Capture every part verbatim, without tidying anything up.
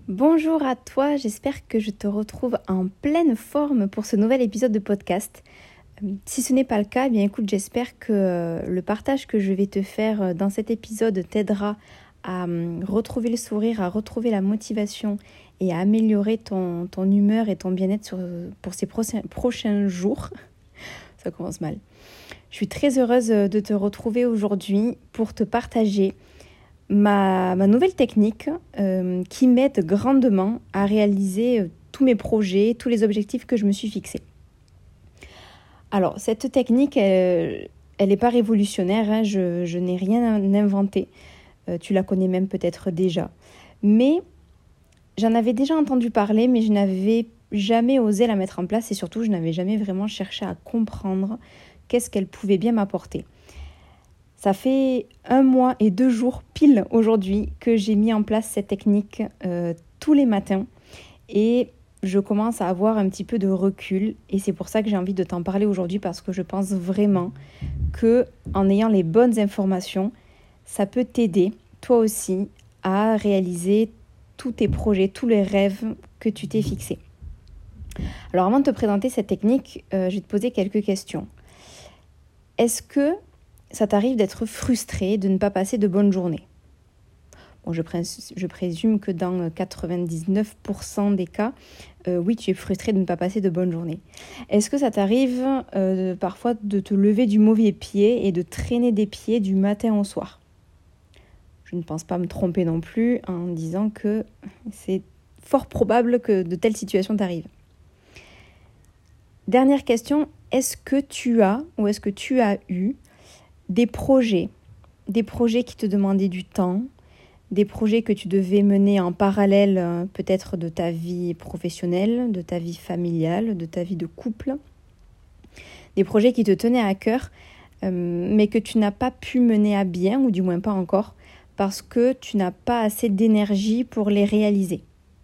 Bonjour à toi, j'espère que je te retrouve en pleine forme pour ce nouvel épisode de podcast. Si ce n'est pas le cas, eh bien écoute, j'espère que le partage que je vais te faire dans cet épisode t'aidera à retrouver le sourire, à retrouver la motivation et à améliorer ton, ton humeur et ton bien-être sur, pour ces prochains, prochains jours. Ça commence mal. Je suis très heureuse de te retrouver aujourd'hui pour te partager ma, ma nouvelle technique euh, qui m'aide grandement à réaliser euh, tous mes projets, tous les objectifs que je me suis fixés. Alors, cette technique, elle n'est pas révolutionnaire, hein, je, je n'ai rien inventé. Euh, tu la connais même peut-être déjà. Mais j'en avais déjà entendu parler, mais je n'avais jamais osé la mettre en place et surtout, je n'avais jamais vraiment cherché à comprendre qu'est-ce qu'elle pouvait bien m'apporter. Ça fait un mois et deux jours pile aujourd'hui que j'ai mis en place cette technique euh, tous les matins et je commence à avoir un petit peu de recul et c'est pour ça que j'ai envie de t'en parler aujourd'hui parce que je pense vraiment que en ayant les bonnes informations, ça peut t'aider toi aussi à réaliser tous tes projets, tous les rêves que tu t'es fixés. Alors avant de te présenter cette technique, euh, je vais te poser quelques questions. Est-ce que ça t'arrive d'être frustré de ne pas passer de bonnes journées ? Bon, je, pré- je présume que dans quatre-vingt-dix-neuf pour cent des cas, euh, oui, tu es frustré de ne pas passer de bonnes journées. Est-ce que ça t'arrive euh, parfois de te lever du mauvais pied et de traîner des pieds du matin au soir ? Je ne pense pas me tromper non plus en disant que c'est fort probable que de telles situations t'arrivent. Dernière question, est-ce que tu as ou est-ce que tu as eu des projets, des projets qui te demandaient du temps, des projets que tu devais mener en parallèle euh, peut-être de ta vie professionnelle, de ta vie familiale, de ta vie de couple, des projets qui te tenaient à cœur, euh, mais que tu n'as pas pu mener à bien, ou du moins pas encore, parce que tu n'as pas assez d'énergie pour les réaliser.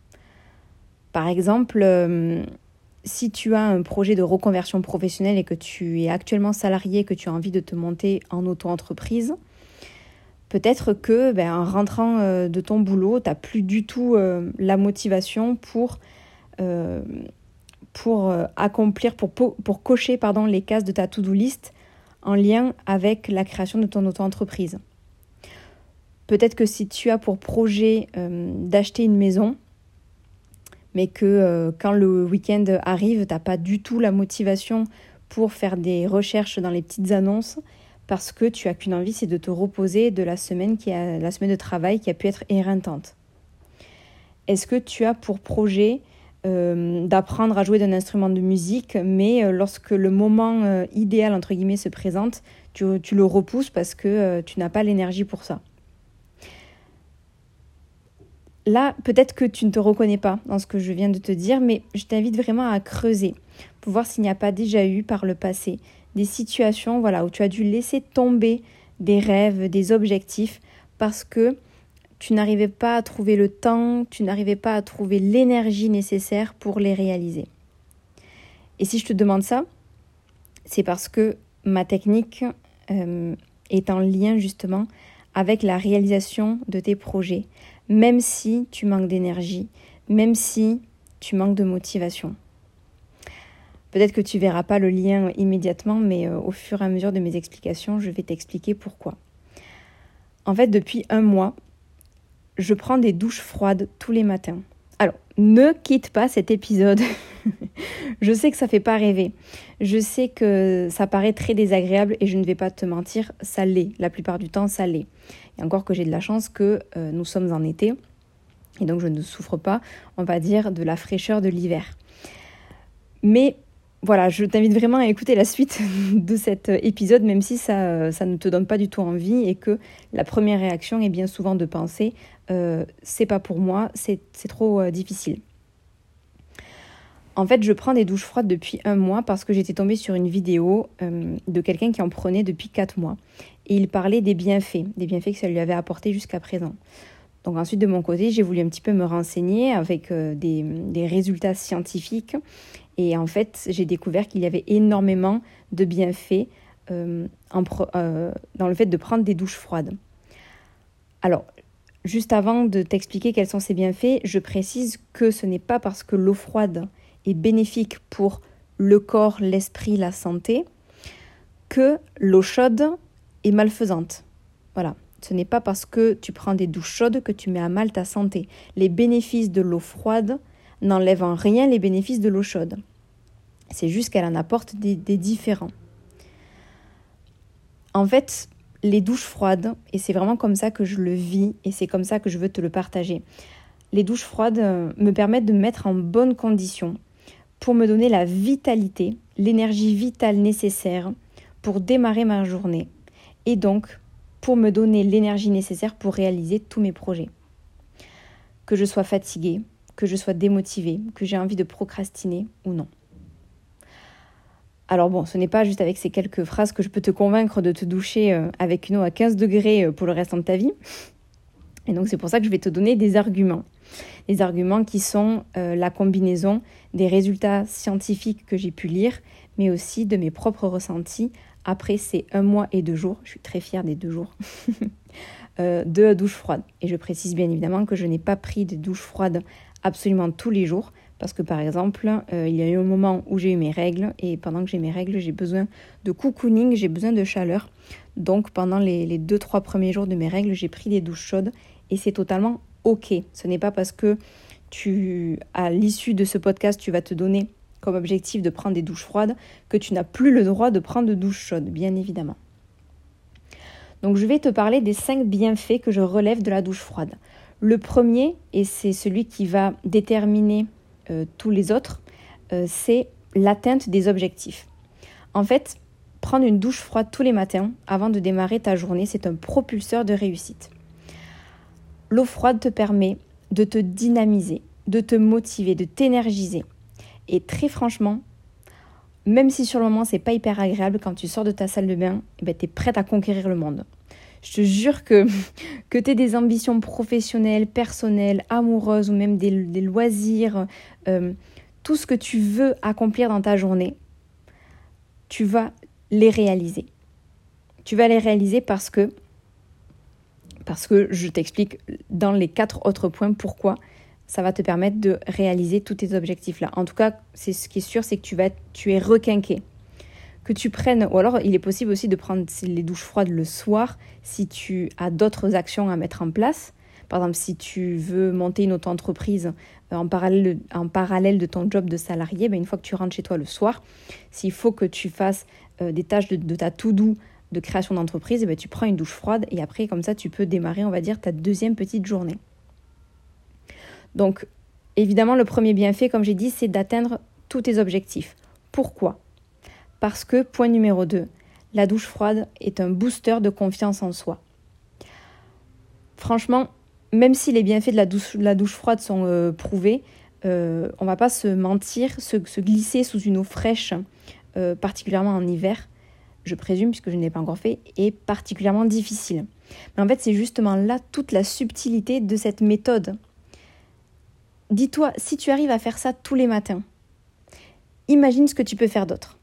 Par exemple, euh, si tu as un projet de reconversion professionnelle et que tu es actuellement salarié, que tu as envie de te monter en auto-entreprise, peut-être que ben, en rentrant euh, de ton boulot, tu n'as plus du tout euh, la motivation pour, euh, pour euh, accomplir, pour, pour cocher pardon, les cases de ta to-do list en lien avec la création de ton auto-entreprise. Peut-être que si tu as pour projet euh, d'acheter une maison, mais que euh, quand le week-end arrive, tu n'as pas du tout la motivation pour faire des recherches dans les petites annonces parce que tu n'as qu'une envie, c'est de te reposer de la semaine, qui a, la semaine de travail qui a pu être éreintante. Est-ce que tu as pour projet euh, d'apprendre à jouer d'un instrument de musique, mais euh, lorsque le moment euh, idéal, entre guillemets, se présente, tu, tu le repousses parce que euh, tu n'as pas l'énergie pour ça ? Là, peut-être que tu ne te reconnais pas dans ce que je viens de te dire, mais je t'invite vraiment à creuser pour voir s'il n'y a pas déjà eu par le passé des situations voilà, où tu as dû laisser tomber des rêves, des objectifs parce que tu n'arrivais pas à trouver le temps, tu n'arrivais pas à trouver l'énergie nécessaire pour les réaliser. Et si je te demande ça, c'est parce que ma technique euh, est en lien justement avec la réalisation de tes projets, même si tu manques d'énergie, même si tu manques de motivation. Peut-être que tu ne verras pas le lien immédiatement, mais euh, au fur et à mesure de mes explications, je vais t'expliquer pourquoi. En fait, depuis un mois, je prends des douches froides tous les matins. Alors, ne quitte pas cet épisode. Je sais que ça ne fait pas rêver. Je sais que ça paraît très désagréable et je ne vais pas te mentir, ça l'est. La plupart du temps, ça l'est. Et encore que j'ai de la chance que euh, nous sommes en été et donc je ne souffre pas, on va dire, de la fraîcheur de l'hiver. Mais voilà, je t'invite vraiment à écouter la suite de cet épisode, même si ça, ça ne te donne pas du tout envie et que la première réaction est bien souvent de penser euh, « c'est pas pour moi, c'est, c'est trop euh, difficile ». En fait, je prends des douches froides depuis un mois parce que j'étais tombée sur une vidéo euh, de quelqu'un qui en prenait depuis quatre mois. Et il parlait des bienfaits, des bienfaits que ça lui avait apporté jusqu'à présent. Donc ensuite, de mon côté, j'ai voulu un petit peu me renseigner avec euh, des, des résultats scientifiques. Et en fait, j'ai découvert qu'il y avait énormément de bienfaits euh, en pro, euh, dans le fait de prendre des douches froides. Alors, juste avant de t'expliquer quels sont ses bienfaits, je précise que ce n'est pas parce que l'eau froide est bénéfique pour le corps, l'esprit, la santé, que l'eau chaude est malfaisante. Voilà, ce n'est pas parce que tu prends des douches chaudes que tu mets à mal ta santé. Les bénéfices de l'eau froide n'enlèvent en rien les bénéfices de l'eau chaude. C'est juste qu'elle en apporte des, des différents. En fait, les douches froides, et c'est vraiment comme ça que je le vis, et c'est comme ça que je veux te le partager. Les douches froides me permettent de me mettre en bonne condition pour me donner la vitalité, l'énergie vitale nécessaire pour démarrer ma journée, et donc pour me donner l'énergie nécessaire pour réaliser tous mes projets. Que je sois fatiguée, que je sois démotivée, que j'ai envie de procrastiner ou non. Alors bon, ce n'est pas juste avec ces quelques phrases que je peux te convaincre de te doucher avec une eau à quinze degrés pour le restant de ta vie. Et donc c'est pour ça que je vais te donner des arguments. Des arguments qui sont euh, la combinaison des résultats scientifiques que j'ai pu lire, mais aussi de mes propres ressentis après ces un mois et deux jours. Je suis très fière des deux jours euh, de douche froide. Et je précise bien évidemment que je n'ai pas pris de douche froide absolument tous les jours. Parce que par exemple, euh, il y a eu un moment où j'ai eu mes règles et pendant que j'ai mes règles, j'ai besoin de cocooning, j'ai besoin de chaleur. Donc pendant les, les deux trois premiers jours de mes règles, j'ai pris des douches chaudes et c'est totalement ok. Ce n'est pas parce que tu, à l'issue de ce podcast, tu vas te donner comme objectif de prendre des douches froides que tu n'as plus le droit de prendre de douches chaudes, bien évidemment. Donc je vais te parler des cinq bienfaits que je relève de la douche froide. Le premier, et c'est celui qui va déterminer Euh, tous les autres, euh, c'est l'atteinte des objectifs. En fait, prendre une douche froide tous les matins avant de démarrer ta journée, c'est un propulseur de réussite. L'eau froide te permet de te dynamiser, de te motiver, de t'énergiser. Et très franchement, même si sur le moment c'est pas hyper agréable, quand tu sors de ta salle de bain, eh ben, tu es prête à conquérir le monde. Je te jure que, que tu aies des ambitions professionnelles, personnelles, amoureuses ou même des, des loisirs, euh, tout ce que tu veux accomplir dans ta journée, tu vas les réaliser. Tu vas les réaliser parce que, parce que je t'explique dans les quatre autres points pourquoi ça va te permettre de réaliser tous tes objectifs-là. En tout cas, c'est, ce qui est sûr, c'est que tu, vas, tu es requinqué. Que tu prennes, ou alors il est possible aussi de prendre les douches froides le soir si tu as d'autres actions à mettre en place. Par exemple, si tu veux monter une auto-entreprise en parallèle, en parallèle de ton job de salarié, ben une fois que tu rentres chez toi le soir, s'il faut que tu fasses euh, des tâches de, de ta to-do de création d'entreprise, ben tu prends une douche froide et après, comme ça, tu peux démarrer, on va dire, ta deuxième petite journée. Donc, évidemment, le premier bienfait, comme j'ai dit, c'est d'atteindre tous tes objectifs. Pourquoi ? Parce que, point numéro deux, la douche froide est un booster de confiance en soi. Franchement, même si les bienfaits de la douche, la douche froide sont euh, prouvés, euh, on ne va pas se mentir, se, se glisser sous une eau fraîche, euh, particulièrement en hiver, je présume, puisque je ne l'ai pas encore fait, est particulièrement difficile. Mais en fait, c'est justement là toute la subtilité de cette méthode. Dis-toi, si tu arrives à faire ça tous les matins, imagine ce que tu peux faire d'autre.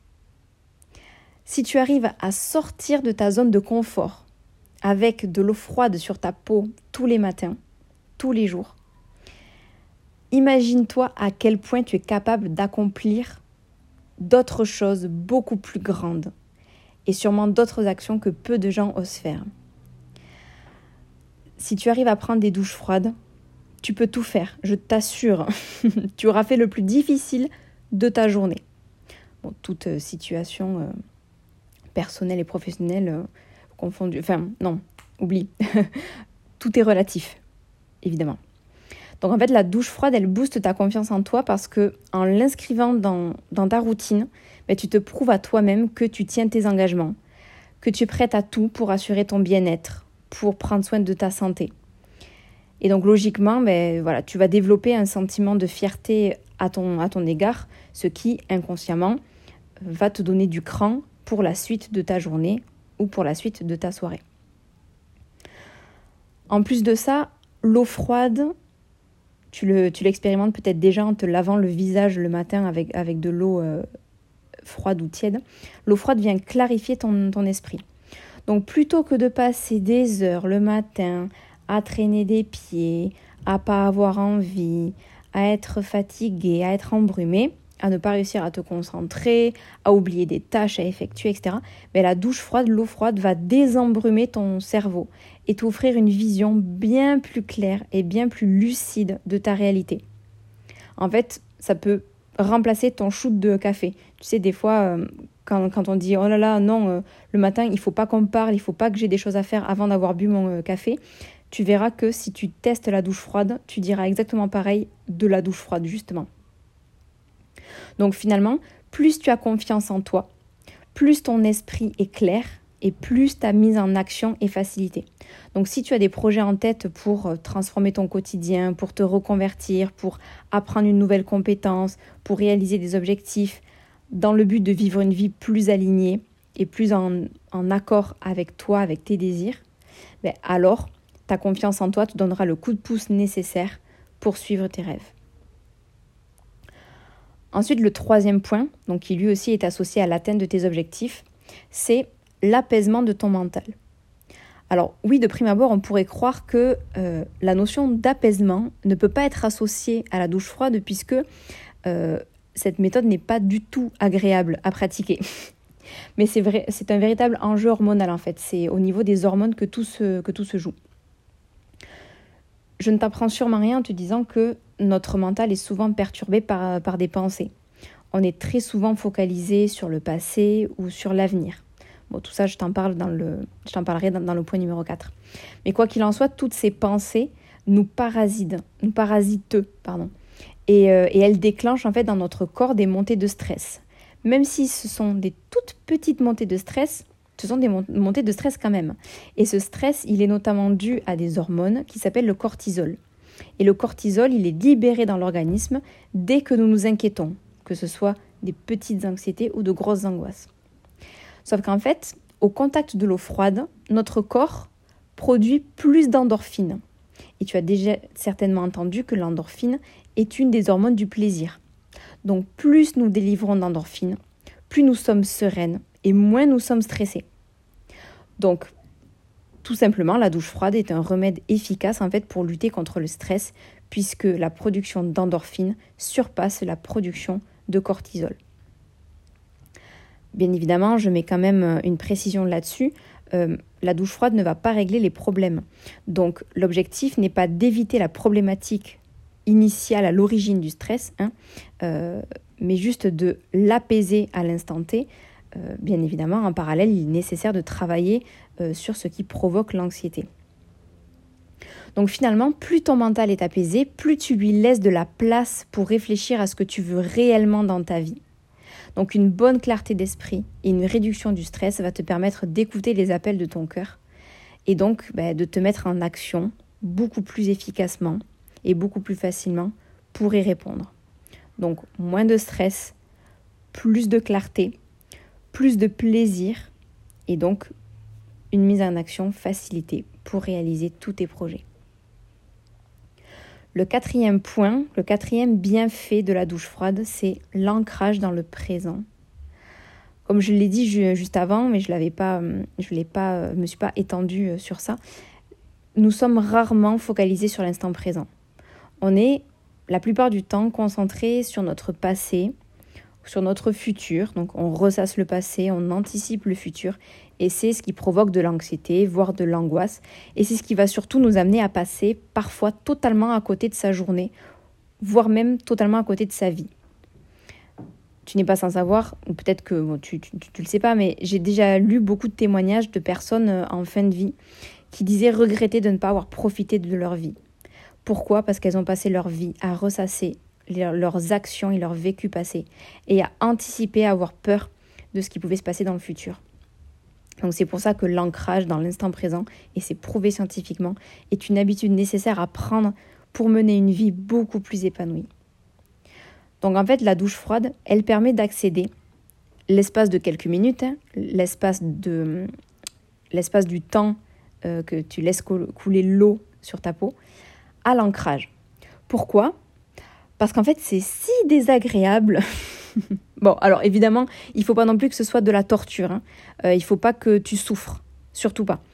Si tu arrives à sortir de ta zone de confort avec de l'eau froide sur ta peau tous les matins, tous les jours, imagine-toi à quel point tu es capable d'accomplir d'autres choses beaucoup plus grandes et sûrement d'autres actions que peu de gens osent faire. Si tu arrives à prendre des douches froides, tu peux tout faire, je t'assure. Tu auras fait le plus difficile de ta journée. Bon, toute euh, situation... Euh, personnel et professionnel euh, confondu. Enfin, non, oublie. Tout est relatif, évidemment. Donc en fait, la douche froide, elle booste ta confiance en toi parce que en l'inscrivant dans, dans ta routine, ben, tu te prouves à toi-même que tu tiens tes engagements, que tu es prête à tout pour assurer ton bien-être, pour prendre soin de ta santé. Et donc logiquement, ben, voilà, tu vas développer un sentiment de fierté à ton, à ton égard, ce qui, inconsciemment, va te donner du cran pour la suite de ta journée ou pour la suite de ta soirée. En plus de ça, l'eau froide, tu, le, tu l'expérimentes peut-être déjà en te lavant le visage le matin avec, avec de l'eau euh, froide ou tiède. L'eau froide vient clarifier ton, ton esprit. Donc plutôt que de passer des heures le matin à traîner des pieds, à pas avoir envie, à être fatigué, à être embrumé, à ne pas réussir à te concentrer, à oublier des tâches à effectuer, et cetera, mais la douche froide, l'eau froide va désembrumer ton cerveau et t'offrir une vision bien plus claire et bien plus lucide de ta réalité. En fait, ça peut remplacer ton shoot de café. Tu sais, des fois, euh, quand, quand on dit « Oh là là, non, euh, le matin, il ne faut pas qu'on me parle, il ne faut pas que j'ai des choses à faire avant d'avoir bu mon euh, café », tu verras que si tu testes la douche froide, tu diras exactement pareil de la douche froide, justement. Donc finalement, plus tu as confiance en toi, plus ton esprit est clair et plus ta mise en action est facilitée. Donc si tu as des projets en tête pour transformer ton quotidien, pour te reconvertir, pour apprendre une nouvelle compétence, pour réaliser des objectifs, dans le but de vivre une vie plus alignée et plus en, en accord avec toi, avec tes désirs, ben alors ta confiance en toi te donnera le coup de pouce nécessaire pour suivre tes rêves. Ensuite, le troisième point, donc qui lui aussi est associé à l'atteinte de tes objectifs, c'est l'apaisement de ton mental. Alors oui, de prime abord, on pourrait croire que euh, la notion d'apaisement ne peut pas être associée à la douche froide puisque euh, cette méthode n'est pas du tout agréable à pratiquer. Mais c'est vrai, c'est un véritable enjeu hormonal en fait. C'est au niveau des hormones que tout se, que tout se joue. Je ne t'apprends sûrement rien en te disant que notre mental est souvent perturbé par, par des pensées. On est très souvent focalisé sur le passé ou sur l'avenir. Bon, tout ça, je t'en parle dans le, je t'en parlerai dans, dans le point numéro quatre. Mais quoi qu'il en soit, toutes ces pensées nous parasitent, nous parasitent, pardon. Et, euh, et elles déclenchent en fait dans notre corps des montées de stress. Même si ce sont des toutes petites montées de stress, ce sont des montées de stress quand même. Et ce stress, il est notamment dû à des hormones qui s'appellent le cortisol. Et le cortisol, il est libéré dans l'organisme dès que nous nous inquiétons, que ce soit des petites anxiétés ou de grosses angoisses. Sauf qu'en fait, au contact de l'eau froide, notre corps produit plus d'endorphine. Et tu as déjà certainement entendu que l'endorphine est une des hormones du plaisir. Donc plus nous délivrons d'endorphine, plus nous sommes sereines et moins nous sommes stressés. Donc, tout simplement, la douche froide est un remède efficace en fait pour lutter contre le stress puisque la production d'endorphine surpasse la production de cortisol. Bien évidemment, je mets quand même une précision là-dessus. Euh, la douche froide ne va pas régler les problèmes. Donc, l'objectif n'est pas d'éviter la problématique initiale à l'origine du stress, hein, euh, mais juste de l'apaiser à l'instant T. Euh, bien évidemment, en parallèle, il est nécessaire de travailler euh, sur ce qui provoque l'anxiété. Donc finalement, plus ton mental est apaisé, plus tu lui laisses de la place pour réfléchir à ce que tu veux réellement dans ta vie. Donc une bonne clarté d'esprit et une réduction du stress va te permettre d'écouter les appels de ton cœur et donc bah, de te mettre en action beaucoup plus efficacement et beaucoup plus facilement pour y répondre. Donc moins de stress, plus de clarté, plus de plaisir et donc une mise en action facilitée pour réaliser tous tes projets. Le quatrième point, le quatrième bienfait de la douche froide, c'est l'ancrage dans le présent. Comme je l'ai dit juste avant, mais je l'avais pas, je l'ai pas, me suis pas étendue sur ça, nous sommes rarement focalisés sur l'instant présent. On est la plupart du temps concentrés sur notre passé, sur notre futur, donc on ressasse le passé, on anticipe le futur et c'est ce qui provoque de l'anxiété, voire de l'angoisse et c'est ce qui va surtout nous amener à passer parfois totalement à côté de sa journée, voire même totalement à côté de sa vie. Tu n'es pas sans savoir, ou peut-être que bon, tu ne le sais pas, mais j'ai déjà lu beaucoup de témoignages de personnes en fin de vie qui disaient regretter de ne pas avoir profité de leur vie. Pourquoi ? Parce qu'elles ont passé leur vie à ressasser leurs actions et leur vécu passé et à anticiper, à avoir peur de ce qui pouvait se passer dans le futur. Donc c'est pour ça que l'ancrage dans l'instant présent, et c'est prouvé scientifiquement, est une habitude nécessaire à prendre pour mener une vie beaucoup plus épanouie. Donc en fait, la douche froide, elle permet d'accéder l'espace de quelques minutes, hein, l'espace, de, l'espace du temps euh, que tu laisses couler l'eau sur ta peau, à l'ancrage. Pourquoi ? Parce qu'en fait, c'est si désagréable. Bon, alors évidemment, il ne faut pas non plus que ce soit de la torture. Hein. Euh, il ne faut pas que tu souffres, surtout pas.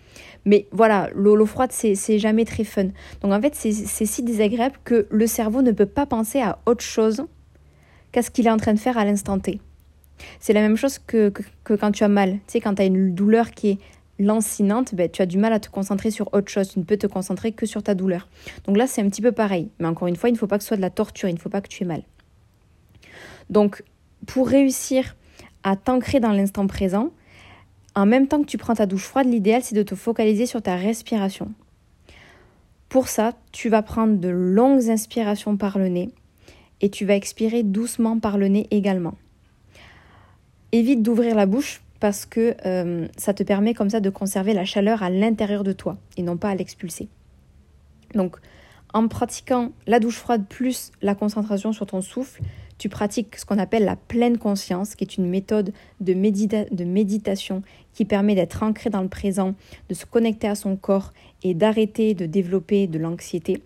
Mais voilà, l'eau, l'eau froide, c'est, c'est jamais très fun. Donc en fait, c'est, c'est si désagréable que le cerveau ne peut pas penser à autre chose qu'à ce qu'il est en train de faire à l'instant T. C'est la même chose que, que, que quand tu as mal. Tu sais, quand tu as une douleur qui est lancinante, ben, tu as du mal à te concentrer sur autre chose. Tu ne peux te concentrer que sur ta douleur. Donc là, c'est un petit peu pareil. Mais encore une fois, il ne faut pas que ce soit de la torture. Il ne faut pas que tu aies mal. Donc, pour réussir à t'ancrer dans l'instant présent, en même temps que tu prends ta douche froide, l'idéal, c'est de te focaliser sur ta respiration. Pour ça, tu vas prendre de longues inspirations par le nez et tu vas expirer doucement par le nez également. Évite d'ouvrir la bouche parce que euh, ça te permet comme ça de conserver la chaleur à l'intérieur de toi et non pas à l'expulser. Donc, en pratiquant la douche froide plus la concentration sur ton souffle, tu pratiques ce qu'on appelle la pleine conscience, qui est une méthode de, médita- de méditation qui permet d'être ancré dans le présent, de se connecter à son corps et d'arrêter de développer de l'anxiété.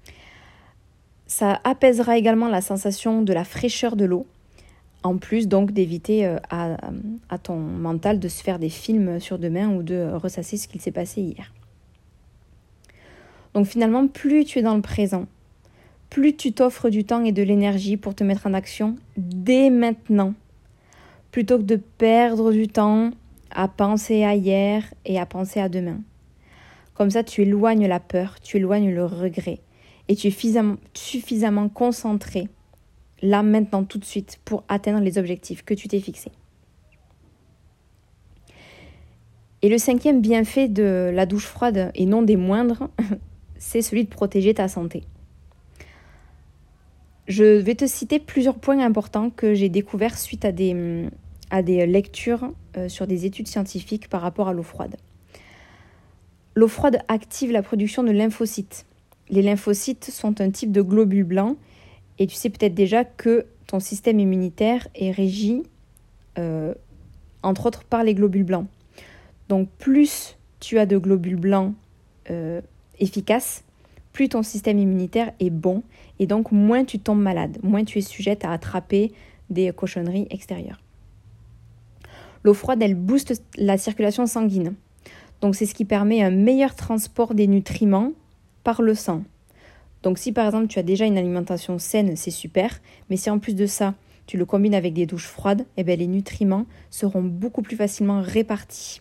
Ça apaisera également la sensation de la fraîcheur de l'eau, en plus donc d'éviter euh, à, à ton mental de se faire des films sur demain ou de ressasser ce qu'il s'est passé hier. Donc finalement, plus tu es dans le présent, plus tu t'offres du temps et de l'énergie pour te mettre en action dès maintenant, plutôt que de perdre du temps à penser à hier et à penser à demain. Comme ça, tu éloignes la peur, tu éloignes le regret et tu es suffisamment, suffisamment concentré là, maintenant, tout de suite, pour atteindre les objectifs que tu t'es fixés. Et le cinquième bienfait de la douche froide, et non des moindres, c'est celui de protéger ta santé. Je vais te citer plusieurs points importants que j'ai découverts suite à des, à des lectures euh, sur des études scientifiques par rapport à l'eau froide. L'eau froide active la production de lymphocytes. Les lymphocytes sont un type de globules blancs et tu sais peut-être déjà que ton système immunitaire est régi euh, entre autres par les globules blancs. Donc plus tu as de globules blancs euh, efficaces, plus ton système immunitaire est bon et donc moins tu tombes malade, moins tu es sujette à attraper des cochonneries extérieures. L'eau froide, elle booste la circulation sanguine. Donc c'est ce qui permet un meilleur transport des nutriments par le sang. Donc si par exemple tu as déjà une alimentation saine, c'est super, mais si en plus de ça, tu le combines avec des douches froides, eh bien, les nutriments seront beaucoup plus facilement répartis.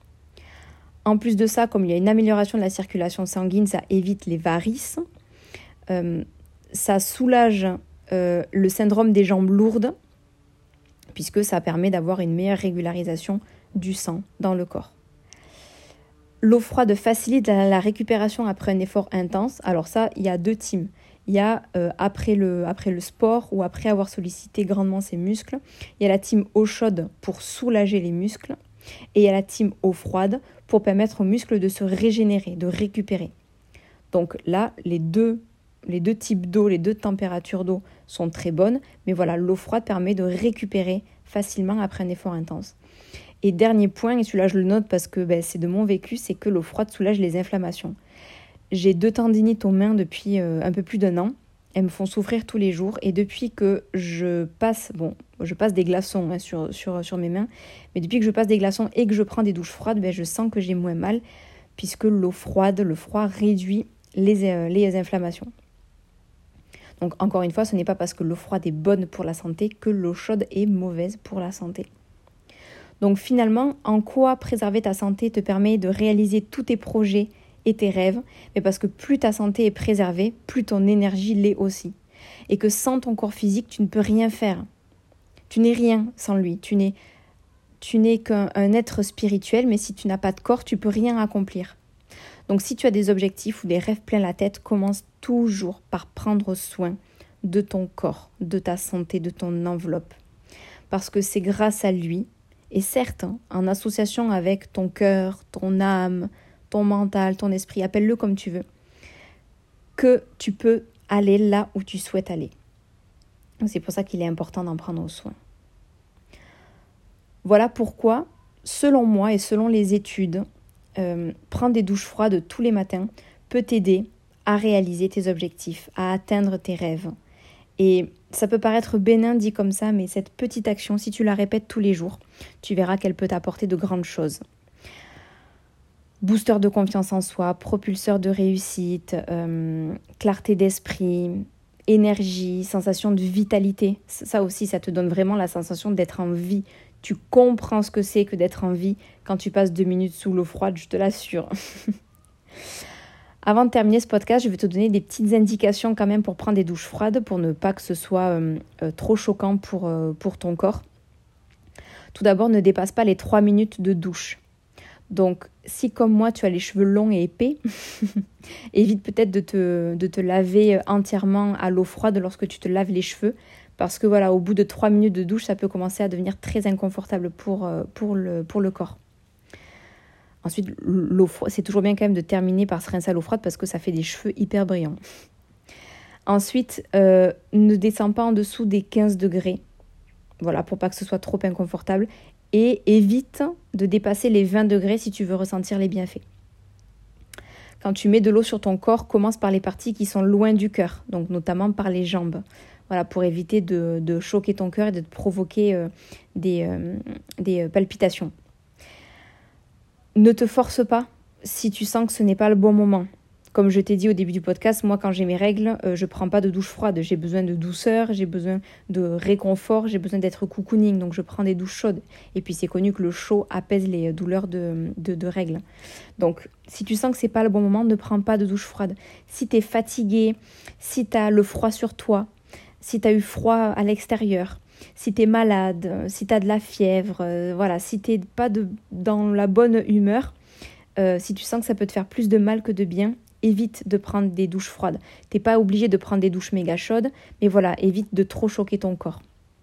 En plus de ça, comme il y a une amélioration de la circulation sanguine, ça évite les varices, euh, ça soulage euh, le syndrome des jambes lourdes, puisque ça permet d'avoir une meilleure régularisation du sang dans le corps. L'eau froide facilite la, la récupération après un effort intense. Alors ça, il y a deux teams. Il y a euh, après, le, après le sport ou après avoir sollicité grandement ses muscles. Il y a la team eau chaude pour soulager les muscles. Et il y a la team eau froide pour permettre aux muscles de se régénérer, de récupérer. Donc là, les deux, les deux types d'eau, les deux températures d'eau sont très bonnes. Mais voilà, l'eau froide permet de récupérer facilement après un effort intense. Et dernier point, et celui-là je le note parce que ben, c'est de mon vécu, c'est que l'eau froide soulage les inflammations. J'ai deux tendinites aux mains depuis euh, un peu plus d'un an. Elles me font souffrir tous les jours. Et depuis que je passe, bon, je passe des glaçons hein, sur, sur, sur mes mains, mais depuis que je passe des glaçons et que je prends des douches froides, ben, je sens que j'ai moins mal, puisque l'eau froide, le froid réduit les, euh, les inflammations. Donc encore une fois, ce n'est pas parce que l'eau froide est bonne pour la santé que l'eau chaude est mauvaise pour la santé. Donc finalement, en quoi préserver ta santé te permet de réaliser tous tes projets et tes rêves? Mais parce que plus ta santé est préservée, plus ton énergie l'est aussi. Et que sans ton corps physique, tu ne peux rien faire. Tu n'es rien sans lui. Tu n'es, tu n'es qu'un un être spirituel, mais si tu n'as pas de corps, tu ne peux rien accomplir. Donc si tu as des objectifs ou des rêves plein la tête, commence toujours par prendre soin de ton corps, de ta santé, de ton enveloppe. Parce que c'est grâce à lui, et certes, en association avec ton cœur, ton âme, ton mental, ton esprit, appelle-le comme tu veux, que tu peux aller là où tu souhaites aller. Donc c'est pour ça qu'il est important d'en prendre soin. Voilà pourquoi, selon moi et selon les études, euh, prendre des douches froides tous les matins peut t'aider à réaliser tes objectifs, à atteindre tes rêves. Et ça peut paraître bénin dit comme ça, mais cette petite action, si tu la répètes tous les jours, tu verras qu'elle peut t'apporter de grandes choses. booster de confiance en soi, propulseur de réussite, euh, clarté d'esprit, énergie, sensation de vitalité. Ça aussi, ça te donne vraiment la sensation d'être en vie. Tu comprends ce que c'est que d'être en vie quand tu passes deux minutes sous l'eau froide, je te l'assure. Avant de terminer ce podcast, je vais te donner des petites indications quand même pour prendre des douches froides, pour ne pas que ce soit euh, euh, trop choquant pour, euh, pour ton corps. Tout d'abord, ne dépasse pas les trois minutes de douche. Donc, si comme moi, tu as les cheveux longs et épais, évite peut-être de te, de te laver entièrement à l'eau froide lorsque tu te laves les cheveux. Parce que voilà, au bout de trois minutes de douche, ça peut commencer à devenir très inconfortable pour, pour, le, pour le corps. Ensuite, l'eau froide, c'est toujours bien quand même de terminer par se rincer à l'eau froide parce que ça fait des cheveux hyper brillants. Ensuite, euh, ne descends pas en dessous des quinze degrés. Voilà, pour pas que ce soit trop inconfortable. Et évite de dépasser les vingt degrés si tu veux ressentir les bienfaits. Quand tu mets de l'eau sur ton corps, commence par les parties qui sont loin du cœur, donc notamment par les jambes. Voilà, pour éviter de, de choquer ton cœur et de te provoquer euh, des, euh, des palpitations. Ne te force pas si tu sens que ce n'est pas le bon moment. Comme je t'ai dit au début du podcast, moi quand j'ai mes règles, euh, je ne prends pas de douche froide. J'ai besoin de douceur, j'ai besoin de réconfort, j'ai besoin d'être cocooning. Donc je prends des douches chaudes. Et puis c'est connu que le chaud apaise les douleurs de, de, de règles. Donc si tu sens que ce n'est pas le bon moment, ne prends pas de douche froide. Si tu es fatigué, si tu as le froid sur toi, si tu as eu froid à l'extérieur, si tu es malade, si tu as de la fièvre, euh, voilà, si tu n'es pas de, dans la bonne humeur, euh, si tu sens que ça peut te faire plus de mal que de bien, évite de prendre des douches froides. Tu n'es pas obligé de prendre des douches méga chaudes, mais voilà, évite de trop choquer ton corps.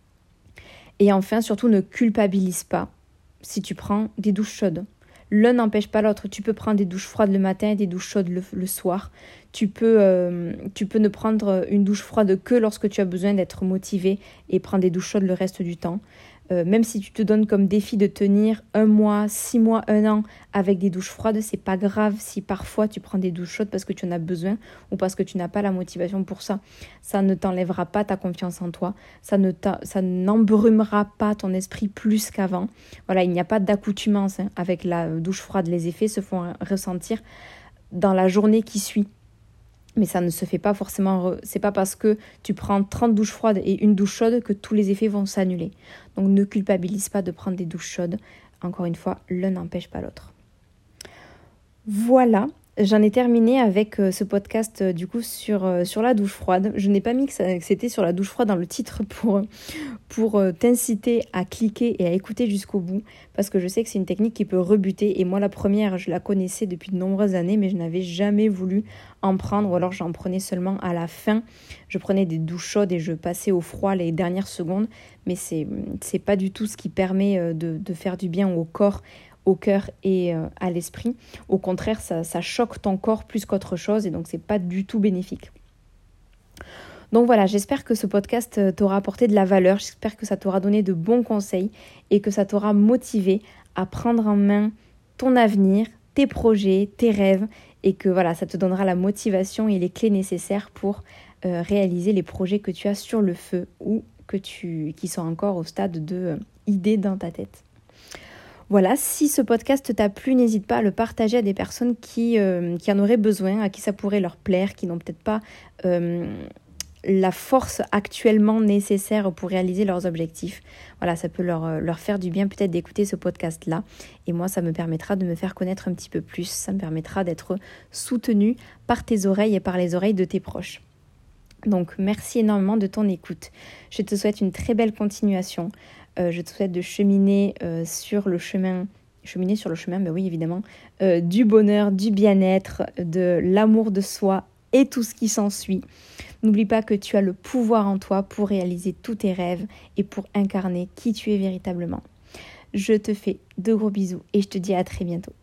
Et enfin, surtout, ne culpabilise pas si tu prends des douches chaudes. L'un n'empêche pas l'autre. Tu peux prendre des douches froides le matin et des douches chaudes le, le soir. Tu peux, euh, tu peux ne prendre une douche froide que lorsque tu as besoin d'être motivé et prendre des douches chaudes le reste du temps. Euh, même si tu te donnes comme défi de tenir un mois, six mois, un an avec des douches froides, c'est pas grave si parfois tu prends des douches chaudes parce que tu en as besoin ou parce que tu n'as pas la motivation pour ça. Ça ne t'enlèvera pas ta confiance en toi, ça ne ça n'embrumera pas ton esprit plus qu'avant. Voilà, il n'y a pas d'accoutumance hein, avec la douche froide. Les effets se font ressentir dans la journée qui suit. Mais ça ne se fait pas forcément, c'est pas parce que tu prends trente douches froides et une douche chaude que tous les effets vont s'annuler. Donc ne culpabilise pas de prendre des douches chaudes. Encore une fois, l'un n'empêche pas l'autre. Voilà, j'en ai terminé avec ce podcast du coup sur, sur la douche froide. Je n'ai pas mis que, ça, que c'était sur la douche froide dans le titre pour, pour t'inciter à cliquer et à écouter jusqu'au bout parce que je sais que c'est une technique qui peut rebuter et moi la première je la connaissais depuis de nombreuses années mais je n'avais jamais voulu en prendre ou alors j'en prenais seulement à la fin. Je prenais des douches chaudes et je passais au froid les dernières secondes mais c'est, c'est pas du tout ce qui permet de, de faire du bien au corps, au cœur et euh, à l'esprit. Au contraire, ça, ça choque ton corps plus qu'autre chose et donc c'est pas du tout bénéfique. Donc voilà, j'espère que ce podcast t'aura apporté de la valeur, j'espère que ça t'aura donné de bons conseils et que ça t'aura motivé à prendre en main ton avenir, tes projets, tes rêves et que voilà, ça te donnera la motivation et les clés nécessaires pour euh, réaliser les projets que tu as sur le feu ou que tu, qui sont encore au stade de euh, idées dans ta tête. Voilà, si ce podcast t'a plu, n'hésite pas à le partager à des personnes qui, euh, qui en auraient besoin, à qui ça pourrait leur plaire, qui n'ont peut-être pas euh, la force actuellement nécessaire pour réaliser leurs objectifs. Voilà, ça peut leur, leur faire du bien peut-être d'écouter ce podcast-là. Et moi, ça me permettra de me faire connaître un petit peu plus. Ça me permettra d'être soutenue par tes oreilles et par les oreilles de tes proches. Donc, merci énormément de ton écoute. Je te souhaite une très belle continuation. Euh, je te souhaite de cheminer euh, sur le chemin, cheminer sur le chemin, ben oui évidemment, euh, du bonheur, du bien-être, de l'amour de soi et tout ce qui s'ensuit. N'oublie pas que tu as le pouvoir en toi pour réaliser tous tes rêves et pour incarner qui tu es véritablement. Je te fais de gros bisous et je te dis à très bientôt.